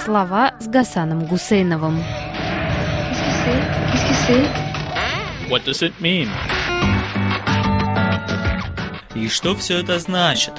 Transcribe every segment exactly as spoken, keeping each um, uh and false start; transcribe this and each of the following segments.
Слова с Гасаном Гусейновым. What does it mean? И что все это значит?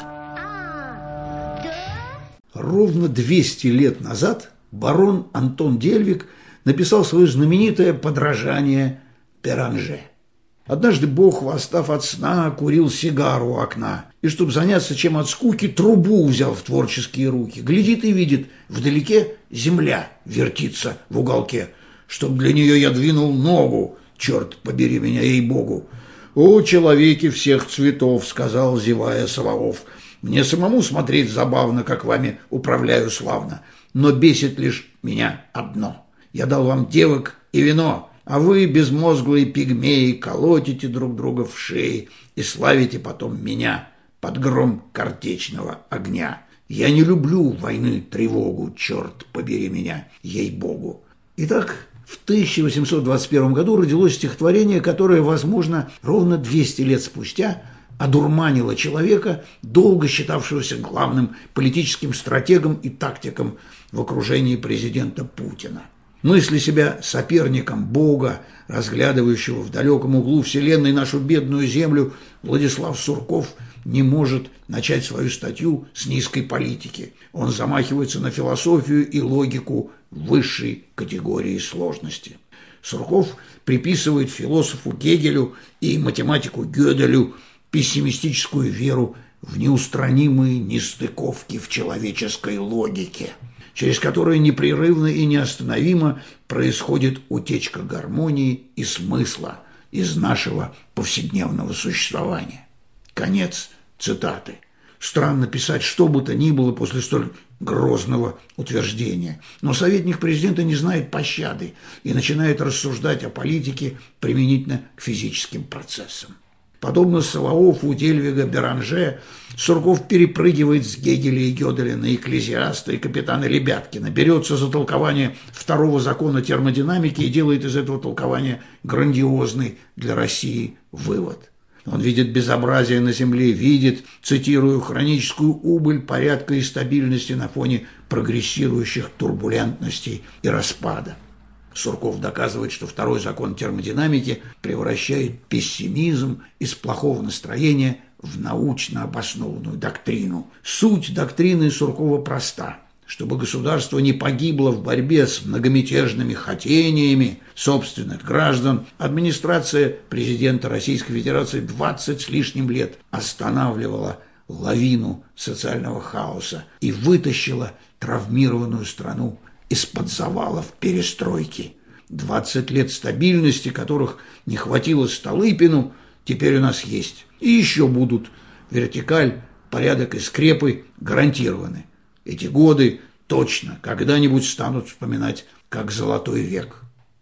Ровно двести лет назад барон Антон Дельвиг написал свое знаменитое подражание Беранже. Однажды Бог, восстав от сна, курил сигару у окна, и, чтобы заняться чем от скуки, трубу взял в творческие руки. Глядит и видит, вдалеке земля вертится в уголке. Чтоб для нее я двинул ногу, черт побери меня, ей-богу. «О, человеки всех цветов», — сказал, зевая Соловов, «мне самому смотреть забавно, как вами управляю славно, но бесит лишь меня одно. Я дал вам девок и вино, а вы, безмозглые пигмеи, колотите друг друга в шеи и славите потом меня под гром картечного огня. Я не люблю войны тревогу, черт побери меня, ей-богу». Итак, в тысяча восемьсот двадцать первом году родилось стихотворение, которое, возможно, ровно двести лет спустя одурманило человека, долго считавшегося главным политическим стратегом и тактиком в окружении президента Путина. Мысли себя соперником Бога, разглядывающего в далеком углу вселенной нашу бедную землю, Владислав Сурков не может начать свою статью с низкой политики. Он замахивается на философию и логику высшей категории сложности. Сурков приписывает философу Гегелю и математику Гёделю пессимистическую веру в неустранимые нестыковки в человеческой логике, через которые непрерывно и неостановимо происходит утечка гармонии и смысла из нашего повседневного существования. Конец цитаты. Странно писать что бы то ни было после столь грозного утверждения, но советник президента не знает пощады и начинает рассуждать о политике применительно к физическим процессам. Подобно Соловову, Дельвига, Беранже, Сурков перепрыгивает с Гегеля и Гёделя на Экклезиаста и капитана Лебяткина, берется за толкование второго закона термодинамики и делает из этого толкования грандиозный для России вывод. Он видит безобразие на Земле, видит, цитирую, хроническую убыль порядка и стабильности на фоне прогрессирующих турбулентностей и распада. Сурков доказывает, что второй закон термодинамики превращает пессимизм из плохого настроения в научно обоснованную доктрину. Суть доктрины Суркова проста. Чтобы государство не погибло в борьбе с многомятежными хотениями собственных граждан, администрация президента Российской Федерации двадцать с лишним лет останавливала лавину социального хаоса и вытащила травмированную страну из-под завалов перестройки. двадцать лет стабильности, которых не хватило Столыпину, теперь у нас есть. И еще будут. Вертикаль, порядок и скрепы гарантированы. Эти годы точно когда-нибудь станут вспоминать как золотой век.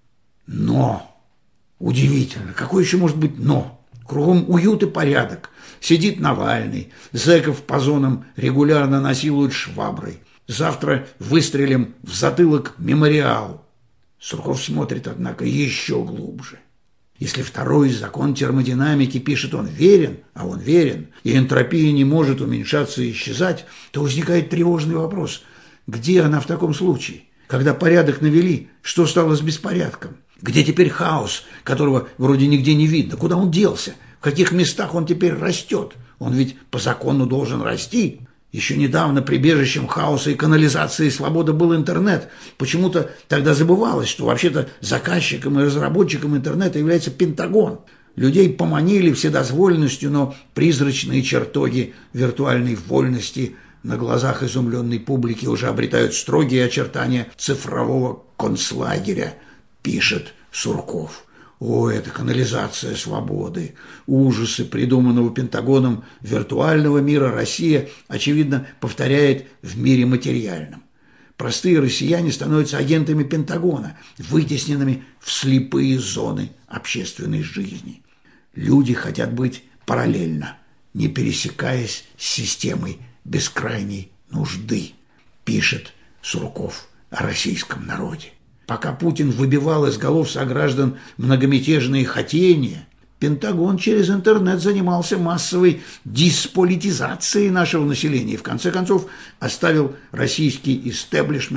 Но! Удивительно, какое еще может быть «но»? Кругом уют и порядок. Сидит Навальный, зэков по зонам регулярно насилуют шваброй. Завтра выстрелим в затылок мемориал. Сурков смотрит, однако, еще глубже. Если второй закон термодинамики, пишет он, верен, а он верен, и энтропия не может уменьшаться и исчезать, то возникает тревожный вопрос. Где она в таком случае? Когда порядок навели, что стало с беспорядком? Где теперь хаос, которого вроде нигде не видно? Куда он делся? В каких местах он теперь растет? Он ведь по закону должен расти. Еще недавно прибежищем хаоса и канализации свободы был интернет. Почему-то тогда забывалось, что вообще-то заказчиком и разработчиком интернета является Пентагон. Людей поманили вседозволенностью, но призрачные чертоги виртуальной вольности на глазах изумленной публики уже обретают строгие очертания цифрового концлагеря, пишет Сурков. О, это канализация свободы, ужасы придуманного Пентагоном виртуального мира Россия, очевидно, повторяет в мире материальном. Простые россияне становятся агентами Пентагона, вытесненными в слепые зоны общественной жизни. Люди хотят быть параллельно, не пересекаясь с системой бескрайней нужды, пишет Сурков о российском народе. Пока Путин выбивал из голов сограждан многомятежные хотения, Пентагон через интернет занимался массовой дисполитизацией нашего населения и в конце концов оставил российский истеблишмент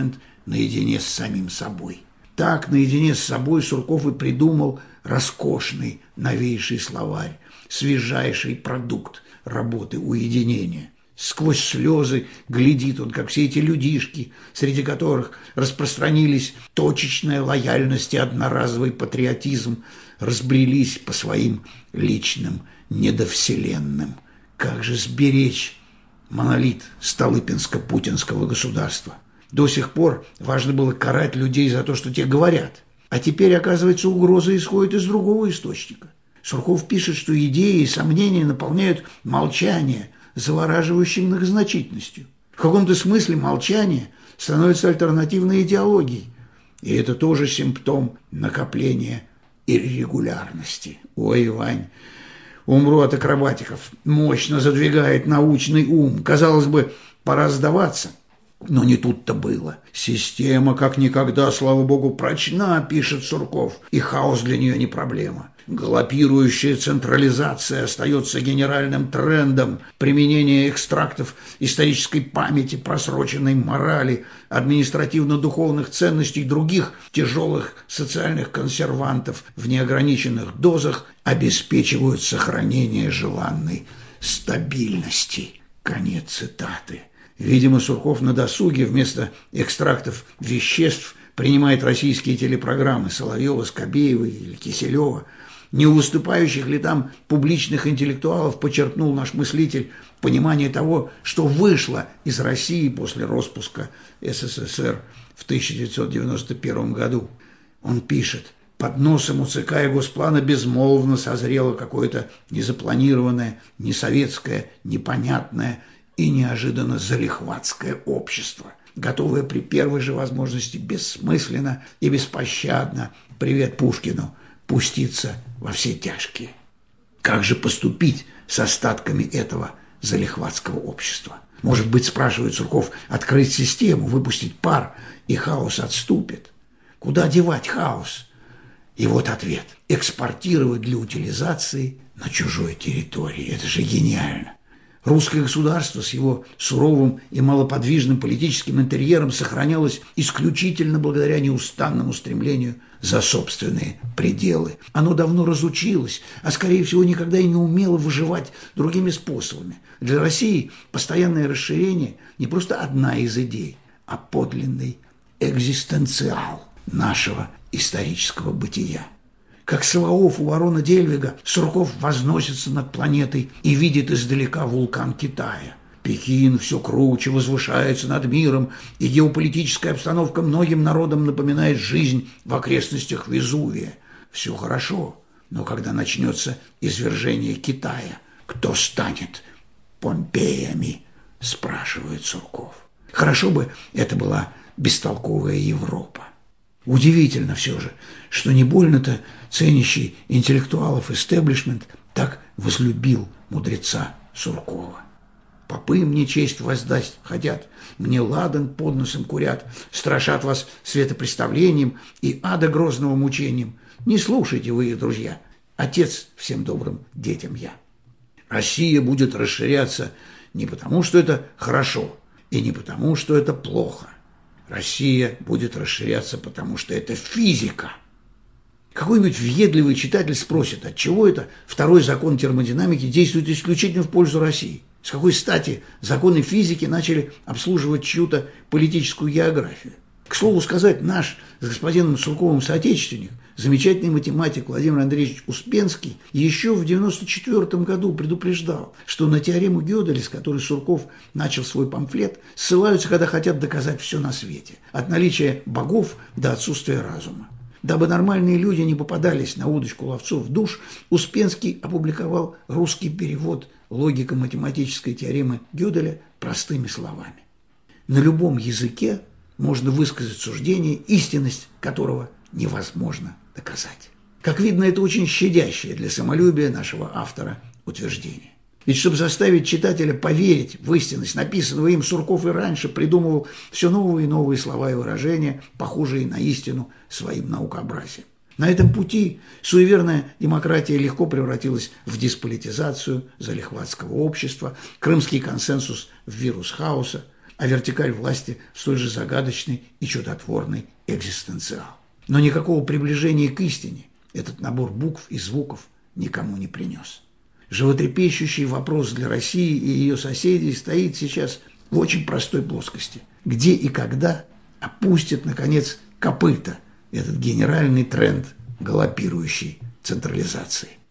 наедине с самим собой. Так, наедине с собой, Сурков и придумал роскошный новейший словарь, свежайший продукт работы уединения. Сквозь слезы глядит он, как все эти людишки, среди которых распространились точечная лояльность и одноразовый патриотизм, разбрелись по своим личным недовселенным. Как же сберечь монолит столыпинско-путинского государства? До сих пор важно было карать людей за то, что те говорят. А теперь, оказывается, угроза исходит из другого источника. Сурков пишет, что идеи и сомнения наполняют молчание завораживающей многозначительностью. В каком-то смысле молчание становится альтернативной идеологией. И это тоже симптом накопления иррегулярности. Ой, Вань, умру от акробатиков. Мощно задвигает научный ум. Казалось бы, пора сдаваться. Но не тут-то было. Система, как никогда, слава богу, прочна, пишет Сурков, и хаос для нее не проблема. Галопирующая централизация остается генеральным трендом. Применение экстрактов исторической памяти, просроченной морали, административно-духовных ценностей и других тяжелых социальных консервантов в неограниченных дозах обеспечивают сохранение желанной стабильности. Конец цитаты. Видимо, Сурков на досуге вместо экстрактов веществ принимает российские телепрограммы Соловьева, Скобеева или Киселева. Не у выступающих ли там публичных интеллектуалов почерпнул наш мыслитель понимание того, что вышло из России после распуска СССР в тысяча девятьсот девяносто первом году. Он пишет: под носом у ЦК и Госплана безмолвно созрело какое-то незапланированное, несоветское, непонятное и неожиданно залихватское общество, готовое при первой же возможности бессмысленно и беспощадно, привет Пушкину, пуститься во все тяжкие. Как же поступить с остатками этого залихватского общества? Может быть, спрашивает Сурков, открыть систему, выпустить пар, и хаос отступит? Куда девать хаос? И вот ответ. Экспортировать для утилизации на чужой территории. Это же гениально. Русское государство с его суровым и малоподвижным политическим интерьером сохранялось исключительно благодаря неустанному стремлению за собственные пределы. Оно давно разучилось, а скорее всего никогда и не умело выживать другими способами. Для России постоянное расширение не просто одна из идей, а подлинный экзистенциал нашего исторического бытия. Как Соловьев у Барона Дельвига, Сурков возносится над планетой и видит издалека вулкан Китая. Пекин все круче возвышается над миром, и геополитическая обстановка многим народам напоминает жизнь в окрестностях Везувия. Все хорошо, но когда начнется извержение Китая, кто станет Помпеями, спрашивает Сурков. Хорошо бы это была бестолковая Европа. Удивительно все же, что не больно-то ценящий интеллектуалов истеблишмент так возлюбил мудреца Суркова. Попы мне честь воздать хотят, мне ладан под носом курят, страшат вас светопреставлением и ада грозного мучением. Не слушайте вы их, друзья, отец всем добрым детям я. Россия будет расширяться не потому, что это хорошо, и не потому, что это плохо. Россия будет расширяться, потому что это физика. Какой-нибудь въедливый читатель спросит, отчего это второй закон термодинамики действует исключительно в пользу России? С какой стати законы физики начали обслуживать чью-то политическую географию? К слову сказать, наш с господином Сурковым соотечественник, замечательный математик Владимир Андреевич Успенский, еще в девяносто четвёртом году предупреждал, что на теорему Гёделя, с которой Сурков начал свой памфлет, ссылаются, когда хотят доказать все на свете, от наличия богов до отсутствия разума. Дабы нормальные люди не попадались на удочку ловцов душ, Успенский опубликовал русский перевод логико-математической теоремы Гёделя простыми словами. На любом языке можно высказать суждение, истинность которого невозможно доказать. Как видно, это очень щадящее для самолюбия нашего автора утверждение. Ведь чтобы заставить читателя поверить в истинность написанного им, Сурков и раньше придумывал все новые и новые слова и выражения, похожие на истину своим наукообразием. На этом пути суеверная демократия легко превратилась в дисполитизацию залихватского общества, крымский консенсус в вирус хаоса. а вертикаль власти столь же загадочный и чудотворный экзистенциал. Но никакого приближения к истине этот набор букв и звуков никому не принес. Животрепещущий вопрос для России и ее соседей стоит сейчас в очень простой плоскости. Где и когда опустит, наконец, копыта этот генеральный тренд галопирующей централизации?